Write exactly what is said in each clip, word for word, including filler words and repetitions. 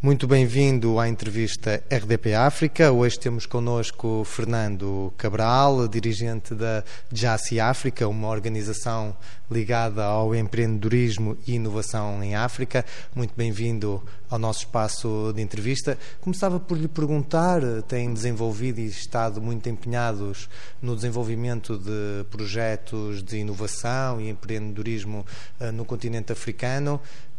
Muito bem-vindo à entrevista R D P África. Hoje temos connosco Fernando Cabral, dirigente da Jaci África, uma organização ligada ao empreendedorismo e inovação em África. Muito bem-vindo ao nosso espaço de entrevista. Começava por lhe perguntar, têm desenvolvido e estado muito empenhados no desenvolvimento de projetos de inovação e empreendedorismo no continente africano.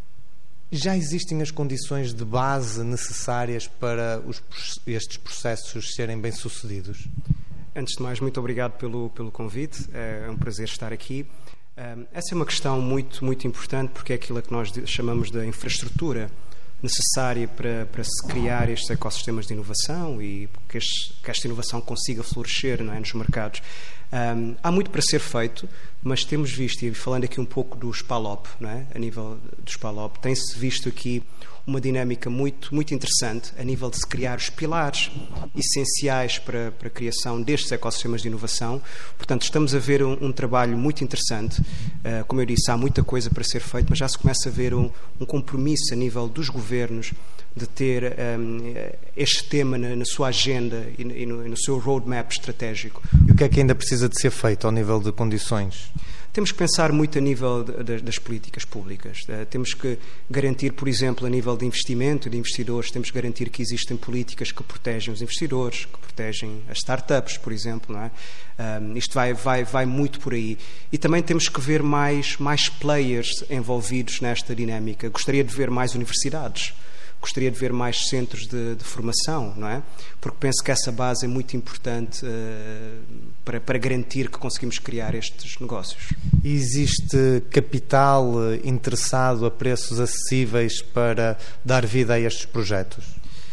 Já existem as condições de base necessárias para os, estes processos serem bem-sucedidos? Antes de mais, muito obrigado pelo, pelo convite. É um prazer estar aqui. Essa é uma questão muito, muito importante porque é aquilo que nós chamamos de infraestrutura necessária para, para se criar estes ecossistemas de inovação e que, este, que esta inovação consiga florescer, não é, nos mercados. Um, há muito para ser feito, mas temos visto, e falando aqui um pouco dos PALOP, não é? A nível dos PALOP, tem-se visto aqui uma dinâmica muito, muito interessante a nível de se criar os pilares essenciais para, para a criação destes ecossistemas de inovação. Portanto, estamos a ver um, um trabalho muito interessante. Uh, como eu disse, há muita coisa para ser feito, mas já se começa a ver um, um compromisso a nível dos governos de ter um, este tema na, na sua agenda e no, e no, no seu roadmap estratégico. E o que é que ainda precisa de ser feito ao nível de condições? Temos que pensar muito a nível de, de, das políticas públicas. Uh, temos que garantir, por exemplo, a nível de investimento, de investidores, temos que garantir que existem políticas que protegem os investidores, que protegem as startups, por exemplo, não é? Um, isto vai, vai, vai muito por aí. E também temos que ver mais, mais players envolvidos nesta dinâmica. Gostaria de ver mais universidades. Gostaria de ver mais centros de, de formação, não é? Porque penso que essa base é muito importante uh, para, para garantir que conseguimos criar estes negócios. Existe capital interessado a preços acessíveis para dar vida a estes projetos?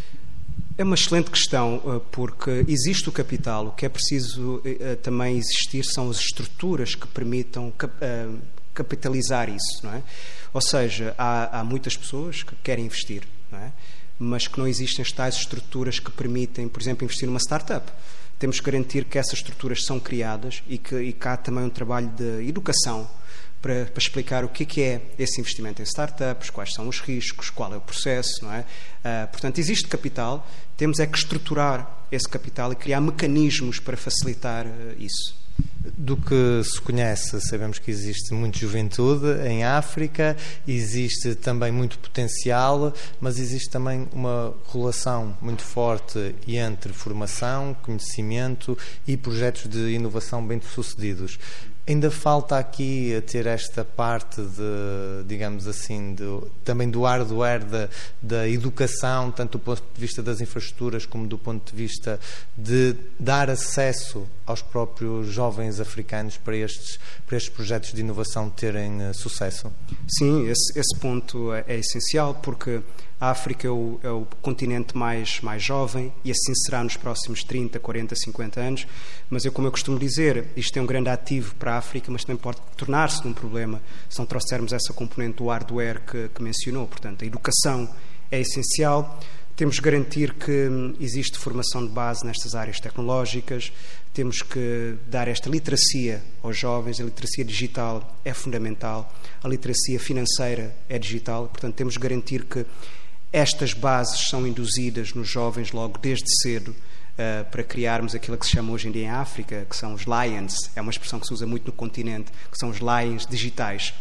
É uma excelente questão, uh, porque existe o capital. O que é preciso uh, também existir são as estruturas que permitam cap, uh, capitalizar isso, não é? Ou seja, há, há muitas pessoas que querem investir, não é? Mas que não existem as tais estruturas que permitem, por exemplo, investir numa startup. Temos que garantir que essas estruturas são criadas e que, e que há também um trabalho de educação para, para explicar o que é, que é esse investimento em startups, quais são os riscos, qual é o processo, não é? Uh, portanto, existe capital, temos é que estruturar esse capital e criar mecanismos para facilitar uh, isso. Do que se conhece, sabemos que existe muita juventude em África, existe também muito potencial, mas existe também uma relação muito forte entre formação, conhecimento e projetos de inovação bem-sucedidos. Ainda falta aqui ter esta parte de, digamos assim, de, também do hardware da, da educação, tanto do ponto de vista das infraestruturas como do ponto de vista de dar acesso aos próprios jovens africanos para estes, para estes projetos de inovação terem uh, sucesso? Sim, esse, esse ponto é, é essencial, porque a África é o, é o continente mais, mais jovem e assim será nos próximos trinta, quarenta, cinquenta anos, mas eu, como eu costumo dizer, isto é um grande ativo para a África, mas também pode tornar-se num problema se não trouxermos essa componente do hardware que, que mencionou. Portanto, a educação é essencial. Temos que garantir que existe formação de base nestas áreas tecnológicas, temos que dar esta literacia aos jovens, a literacia digital é fundamental, a literacia financeira é digital, portanto temos que garantir que estas bases são induzidas nos jovens logo desde cedo uh, para criarmos aquilo que se chama hoje em dia em África, que são os lions, é uma expressão que se usa muito no continente, que são os lions digitais.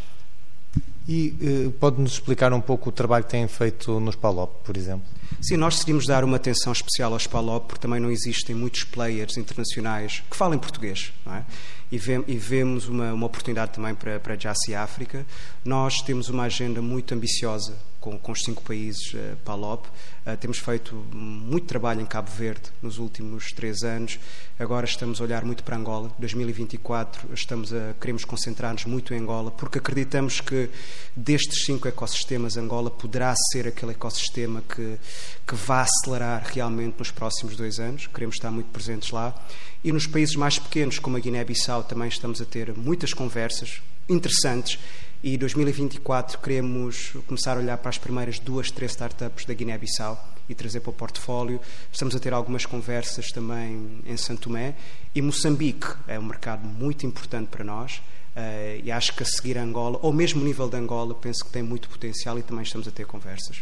E uh, pode-nos explicar um pouco o trabalho que têm feito nos PALOP, por exemplo? Sim, nós decidimos dar uma atenção especial aos PALOP porque também não existem muitos players internacionais que falem português, não é? E, ve e vemos uma, uma oportunidade também para, para a Jaci África. Nós temos uma agenda muito ambiciosa com, com os cinco países uh, PALOP. Uh, temos feito muito trabalho em Cabo Verde nos últimos três anos. Agora estamos a olhar muito para Angola. dois mil e vinte e quatro estamos a, queremos concentrar-nos muito em Angola porque acreditamos que destes cinco ecossistemas Angola poderá ser aquele ecossistema que, que vai acelerar realmente nos próximos dois anos. Queremos estar muito presentes lá. E nos países mais pequenos, como a Guiné-Bissau, também estamos a ter muitas conversas interessantes e em dois mil e vinte e quatro queremos começar a olhar para as primeiras duas, três startups da Guiné-Bissau e trazer para o portfólio. Estamos a ter algumas conversas também em São Tomé e Moçambique é um mercado muito importante para nós uh, e acho que a seguir a Angola, ou mesmo o nível de Angola, penso que tem muito potencial e também estamos a ter conversas.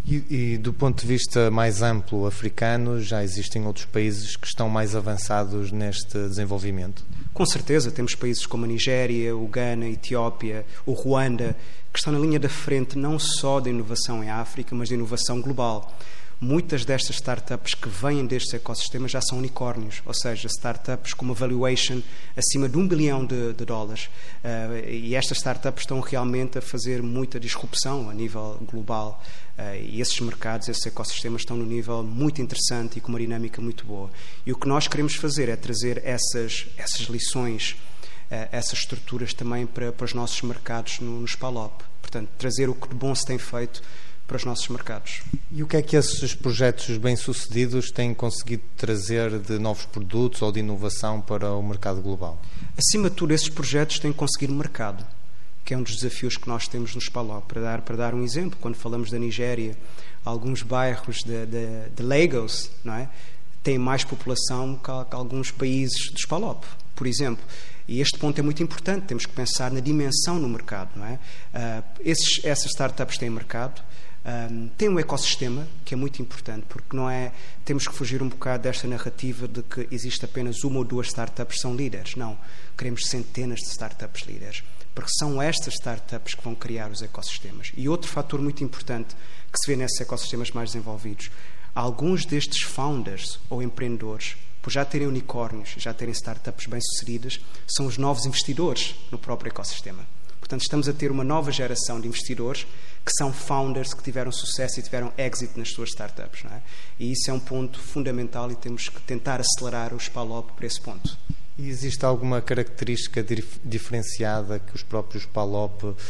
E, e do ponto de vista mais amplo africano, já existem outros países que estão mais avançados neste desenvolvimento? Com certeza, temos países como a Nigéria, o Ghana, a Etiópia, o Ruanda, que estão na linha da frente não só da inovação em África, mas da inovação global. Muitas destas startups que vêm destes ecossistemas já são unicórnios, ou seja, startups com uma valuation acima de um bilhão de, de dólares. Uh, e estas startups estão realmente a fazer muita disrupção a nível global. Uh, e esses mercados, esses ecossistemas estão num nível muito interessante e com uma dinâmica muito boa. E o que nós queremos fazer é trazer essas, essas lições, uh, essas estruturas também para, para os nossos mercados no, nos PALOP. Portanto, trazer o que de bom se tem feito para os nossos mercados. E o que é que esses projetos bem-sucedidos têm conseguido trazer de novos produtos ou de inovação para o mercado global? Acima de tudo, esses projetos têm conseguido mercado, que é um dos desafios que nós temos nos PALOP. Para dar, para dar um exemplo, quando falamos da Nigéria, alguns bairros de, de, de Lagos, não é, têm mais população que, que alguns países dos PALOP, por exemplo. E este ponto é muito importante, temos que pensar na dimensão no mercado, não é? Uh, esses, essas startups têm mercado, Um, tem um ecossistema que é muito importante, porque não é, temos que fugir um bocado desta narrativa de que existe apenas uma ou duas startups que são líderes. Não, queremos centenas de startups líderes, porque são estas startups que vão criar os ecossistemas. E outro fator muito importante que se vê nesses ecossistemas mais desenvolvidos, alguns destes founders ou empreendedores, por já terem unicórnios, já terem startups bem-sucedidas, são os novos investidores no próprio ecossistema. Portanto, estamos a ter uma nova geração de investidores que são founders que tiveram sucesso e tiveram exit nas suas startups, não é? E isso é um ponto fundamental e temos que tentar acelerar os PALOP para esse ponto. E existe alguma característica diferenciada que os próprios PALOP uh,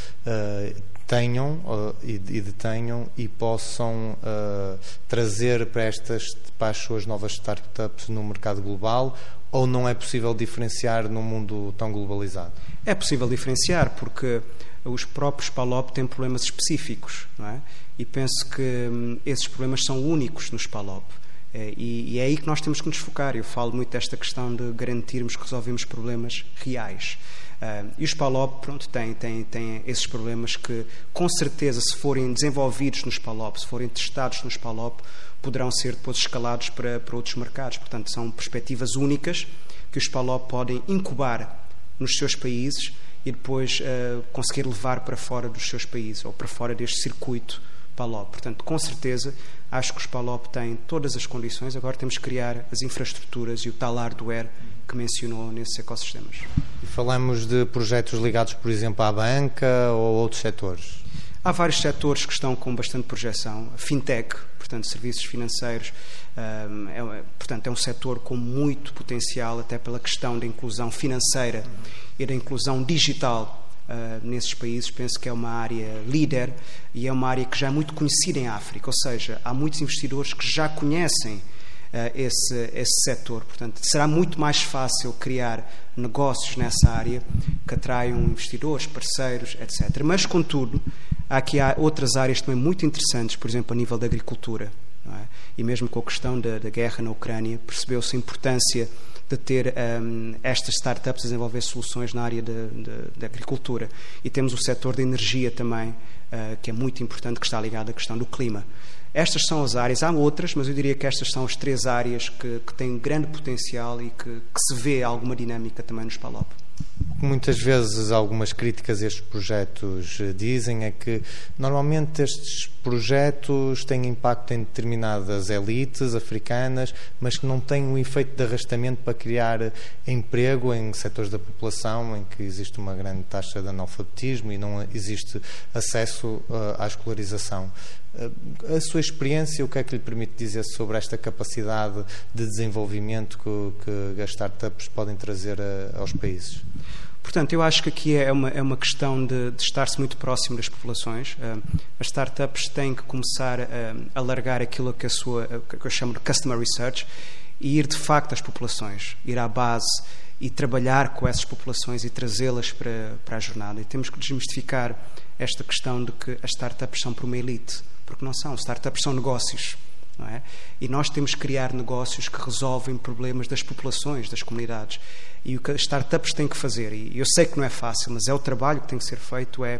tenham uh, e, e detenham e possam uh, trazer para, estas, para as suas novas startups no mercado global, ou não é possível diferenciar num mundo tão globalizado? É possível diferenciar, porque os próprios PALOP têm problemas específicos, não é? E penso que hum, esses problemas são únicos nos PALOP. É, e, e é aí que nós temos que nos focar. Eu falo muito desta questão de garantirmos que resolvemos problemas reais. Uh, e os PALOP, pronto, têm, têm, têm esses problemas que, com certeza, se forem desenvolvidos nos PALOP, se forem testados nos PALOP, poderão ser depois escalados para, para outros mercados. Portanto, são perspectivas únicas que os PALOP podem incubar nos seus países e depois uh, conseguir levar para fora dos seus países ou para fora deste circuito PALOP. Portanto, com certeza, acho que os PALOP têm todas as condições. Agora temos que criar as infraestruturas e o tal hardware que mencionou nesses ecossistemas. E falamos de projetos ligados, por exemplo, à banca ou outros setores? Há vários setores que estão com bastante projeção. A fintech, portanto, serviços financeiros, um, é, portanto, é um setor com muito potencial, até pela questão da inclusão financeira e da inclusão digital uh, nesses países. Penso que é uma área líder e é uma área que já é muito conhecida em África, ou seja, há muitos investidores que já conhecem Uh, esse, esse setor. Portanto, será muito mais fácil criar negócios nessa área que atraiam investidores, parceiros, etcétera. Mas, contudo, há aqui há outras áreas também muito interessantes, por exemplo, a nível da agricultura, não é? E mesmo com a questão da, da guerra na Ucrânia, percebeu-se a importância de ter um, estas startups a desenvolver soluções na área da agricultura. E temos o setor da energia também, uh, que é muito importante, que está ligado à questão do clima. Estas são as áreas, há outras, mas eu diria que estas são as três áreas que, que têm grande potencial e que, que se vê alguma dinâmica também nos PALOP. Muitas vezes algumas críticas a estes projetos dizem é que normalmente estes projetos têm impacto em determinadas elites africanas, mas que não têm um efeito de arrastamento para criar emprego em setores da população em que existe uma grande taxa de analfabetismo e não existe acesso uh, à escolarização. Uh, a sua experiência, o que é que lhe permite dizer sobre esta capacidade de desenvolvimento que, que as startups podem trazer a, aos países? Portanto, eu acho que aqui é uma, é uma questão de, de estar-se muito próximo das populações. Uh, as startups têm que começar a alargar aquilo que, a sua, que eu chamo de customer research e ir de facto às populações, ir à base e trabalhar com essas populações e trazê-las para, para a jornada. E temos que desmistificar esta questão de que as startups são para uma elite, porque não são. Startups são negócios. Não é? E nós temos que criar negócios que resolvem problemas das populações, das comunidades. E o que as startups têm que fazer, e eu sei que não é fácil, mas é o trabalho que tem que ser feito, é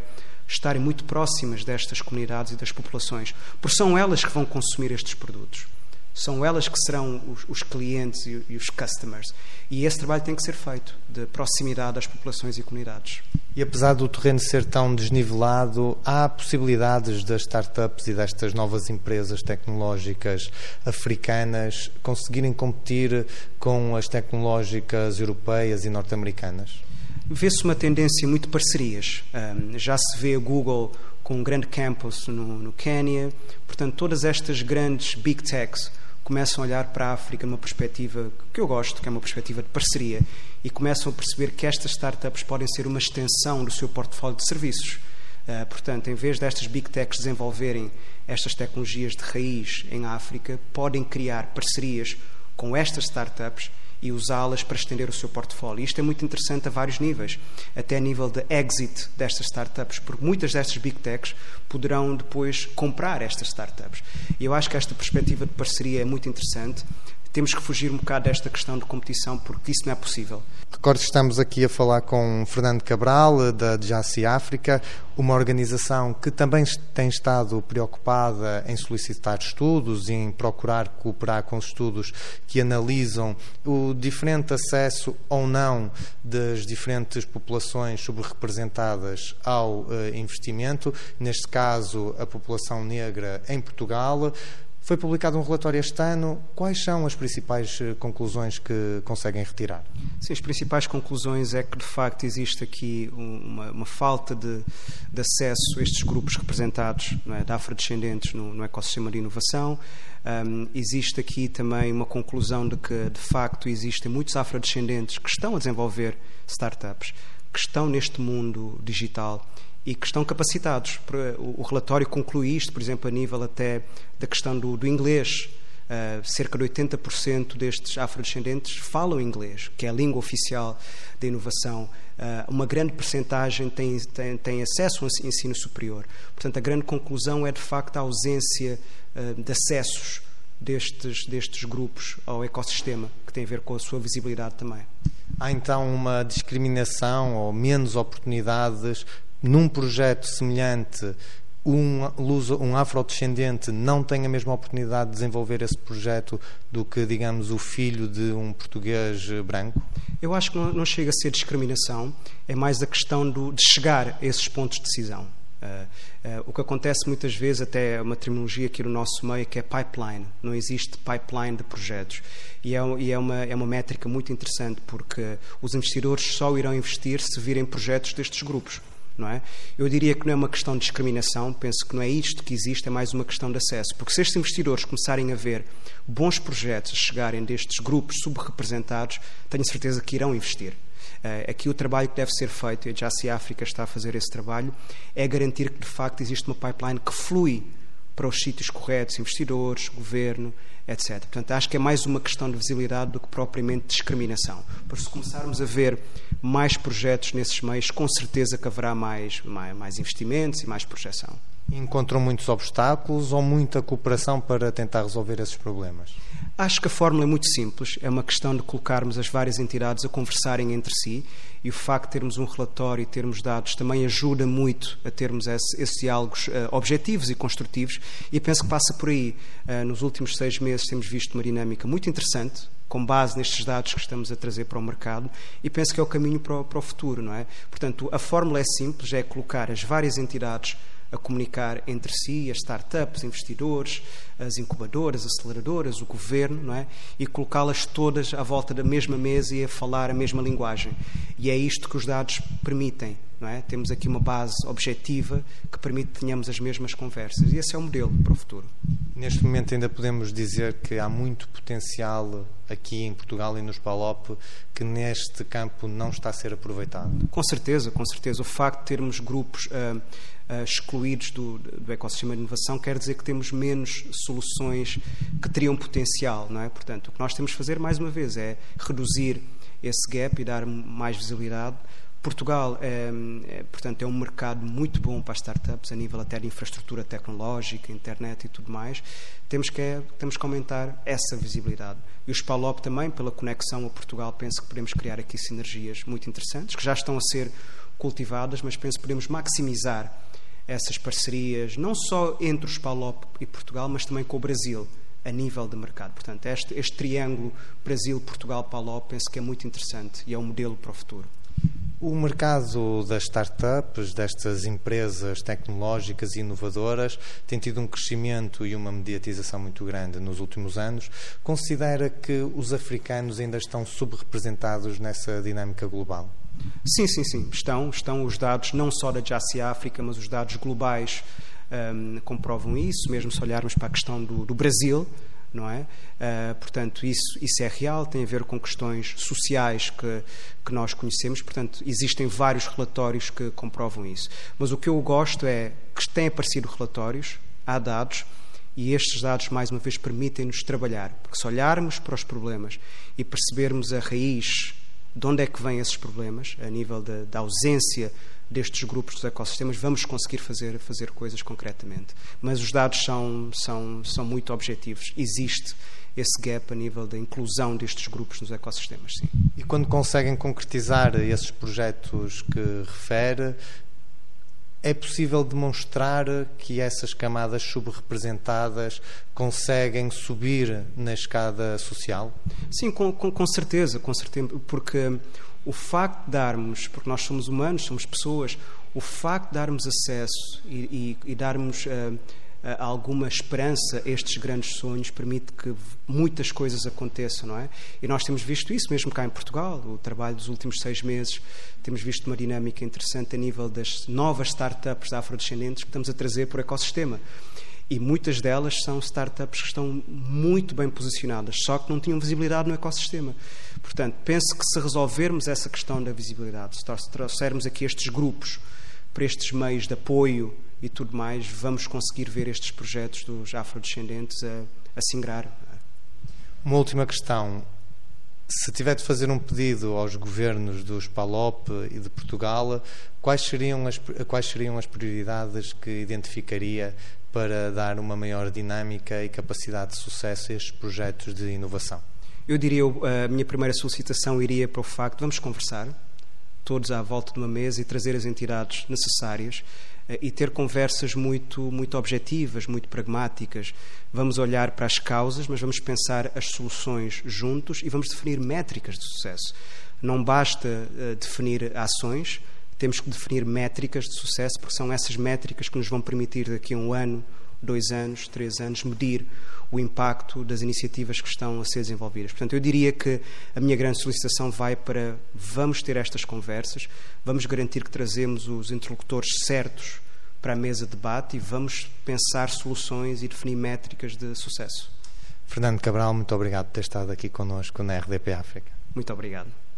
estarem muito próximas destas comunidades e das populações, porque são elas que vão consumir estes produtos. São elas que serão os, os clientes e, e os customers. E esse trabalho tem que ser feito, de proximidade às populações e comunidades. E apesar do terreno ser tão desnivelado, há possibilidades das startups e destas novas empresas tecnológicas africanas conseguirem competir com as tecnológicas europeias e norte-americanas? Vê-se uma tendência muito de parcerias. Um, já se vê a Google com um grande campus no, no Quênia. Portanto, todas estas grandes big techs começam a olhar para a África numa perspectiva que eu gosto, que é uma perspectiva de parceria, e começam a perceber que estas startups podem ser uma extensão do seu portfólio de serviços. Uh, portanto, em vez destas big techs desenvolverem estas tecnologias de raiz em África, podem criar parcerias com estas startups e usá-las para estender o seu portfólio. Isto é muito interessante a vários níveis, até a nível de exit destas startups, porque muitas destas big techs poderão depois comprar estas startups. E eu acho que esta perspectiva de parceria é muito interessante. Temos que fugir um bocado desta questão de competição, porque isso não é possível. Recordo que estamos aqui a falar com Fernando Cabral, da Jassy África, uma organização que também tem estado preocupada em solicitar estudos e em procurar cooperar com estudos que analisam o diferente acesso ou não das diferentes populações subrepresentadas ao uh, investimento, neste caso a população negra em Portugal. Foi publicado um relatório este ano. Quais são as principais conclusões que conseguem retirar? Sim, as principais conclusões é que, de facto, existe aqui uma, uma falta de, de acesso a estes grupos representados, não é, de afrodescendentes no, no ecossistema de inovação. Um, existe aqui também uma conclusão de que, de facto, existem muitos afrodescendentes que estão a desenvolver startups, que estão neste mundo digital e que estão capacitados. O relatório conclui isto, por exemplo, a nível até da questão do, do inglês. Uh, cerca de oitenta por cento destes afrodescendentes falam inglês, que é a língua oficial da inovação. Uh, uma grande percentagem tem, tem, tem acesso ao ensino superior. Portanto, a grande conclusão é, de facto, a ausência uh, de acessos destes, destes grupos ao ecossistema, que tem a ver com a sua visibilidade também. Há, então, uma discriminação ou menos oportunidades num projeto semelhante? Um, um afrodescendente não tem a mesma oportunidade de desenvolver esse projeto do que, digamos, o filho de um português branco? Eu acho que não, não chega a ser discriminação, é mais a questão do, de chegar a esses pontos de decisão. Uh, uh, o que acontece muitas vezes, até é uma terminologia aqui no nosso meio, que é pipeline. Não existe pipeline de projetos. E, é, e é, uma, é uma métrica muito interessante, porque os investidores só irão investir se virem projetos destes grupos. Não é? Eu diria que não é uma questão de discriminação, penso que não é isto que existe, é mais uma questão de acesso, porque se estes investidores começarem a ver bons projetos chegarem destes grupos subrepresentados, tenho certeza que irão investir. Aqui o trabalho que deve ser feito, e a Jassy África está a fazer esse trabalho, é garantir que de facto existe uma pipeline que flui para os sítios corretos, investidores, governo, etcétera. Portanto, acho que é mais uma questão de visibilidade do que propriamente discriminação. Por se começarmos a ver mais projetos nesses meios, com certeza que haverá mais, mais, mais investimentos e mais projeção. Encontram muitos obstáculos ou muita cooperação para tentar resolver esses problemas? Acho que a fórmula é muito simples. É uma questão de colocarmos as várias entidades a conversarem entre si, e o facto de termos um relatório e termos dados também ajuda muito a termos esse, esses diálogos uh, objetivos e construtivos, e penso que passa por aí. Uh, nos últimos seis meses temos visto uma dinâmica muito interessante, com base nestes dados que estamos a trazer para o mercado, e penso que é o caminho para o, para o futuro, não é? Portanto, a fórmula é simples, é colocar as várias entidades a comunicar entre si, as startups, investidores, as incubadoras, aceleradoras, o governo, não é? E colocá-las todas à volta da mesma mesa e a falar a mesma linguagem. E é isto que os dados permitem, não é? Temos aqui uma base objetiva que permite que tenhamos as mesmas conversas. E esse é o modelo para o futuro. Neste momento ainda podemos dizer que há muito potencial aqui em Portugal e nos PALOP que neste campo não está a ser aproveitado. Com certeza, com certeza. O facto de termos grupos uh, uh, excluídos do, do ecossistema de inovação quer dizer que temos menos soluções que teriam potencial, não é? Portanto, o que nós temos de fazer, mais uma vez, é reduzir esse gap e dar mais visibilidade. Portugal é, é, portanto, é um mercado muito bom para as startups, a nível até de infraestrutura tecnológica, internet e tudo mais. Temos que, temos que aumentar essa visibilidade. E os PALOP também, pela conexão a Portugal, penso que podemos criar aqui sinergias muito interessantes, que já estão a ser cultivadas, mas penso que podemos maximizar essas parcerias, não só entre os PALOP e Portugal, mas também com o Brasil, a nível de mercado. Portanto, este, este triângulo Brasil-Portugal-PALOP penso que é muito interessante e é um modelo para o futuro. O mercado das startups, destas empresas tecnológicas e inovadoras, tem tido um crescimento e uma mediatização muito grande nos últimos anos. Considera que os africanos ainda estão subrepresentados nessa dinâmica global? Sim, sim, sim. Estão, estão os dados não só da Jassy África, mas os dados globais um, comprovam isso, mesmo se olharmos para a questão do, do Brasil, não é? Uh, portanto, isso, isso é real, tem a ver com questões sociais que, que nós conhecemos, portanto, existem vários relatórios que comprovam isso. Mas o que eu gosto é que têm aparecido relatórios, há dados, e estes dados, mais uma vez, permitem-nos trabalhar, porque se olharmos para os problemas e percebermos a raiz de onde é que vêm esses problemas, a nível da, da ausência destes grupos dos ecossistemas, vamos conseguir fazer, fazer coisas concretamente. Mas os dados são, são, são muito objetivos. Existe esse gap a nível da inclusão destes grupos nos ecossistemas, sim. E quando conseguem concretizar esses projetos que refere, é possível demonstrar que essas camadas subrepresentadas conseguem subir na escada social? Sim, com, com, com certeza, com certeza, porque o facto de darmos, porque nós somos humanos, somos pessoas, o facto de darmos acesso e, e, e darmos uh, uh, alguma esperança a estes grandes sonhos permite que muitas coisas aconteçam, não é? E nós temos visto isso mesmo cá em Portugal, o trabalho dos últimos seis meses, temos visto uma dinâmica interessante a nível das novas startups afrodescendentes que estamos a trazer para o ecossistema. E muitas delas são startups que estão muito bem posicionadas, só que não tinham visibilidade no ecossistema. Portanto, penso que se resolvermos essa questão da visibilidade, se trouxermos aqui estes grupos para estes meios de apoio e tudo mais, vamos conseguir ver estes projetos dos afrodescendentes a, a se ingrar. Uma última questão. Se tiver de fazer um pedido aos governos dos PALOP e de Portugal, quais seriam as, quais seriam as prioridades que identificaria para dar uma maior dinâmica e capacidade de sucesso a estes projetos de inovação? Eu diria, a minha primeira solicitação iria para o facto de vamos conversar, todos à volta de uma mesa e trazer as entidades necessárias e ter conversas muito, muito objetivas, muito pragmáticas. Vamos olhar para as causas, mas vamos pensar as soluções juntos e vamos definir métricas de sucesso. Não basta uh, definir ações, temos que definir métricas de sucesso, porque são essas métricas que nos vão permitir daqui a um ano, dois anos, três anos, medir o impacto das iniciativas que estão a ser desenvolvidas. Portanto, eu diria que a minha grande solicitação vai para vamos ter estas conversas, vamos garantir que trazemos os interlocutores certos para a mesa de debate e vamos pensar soluções e definir métricas de sucesso. Fernando Cabral, muito obrigado por ter estado aqui connosco na R D P África. Muito obrigado.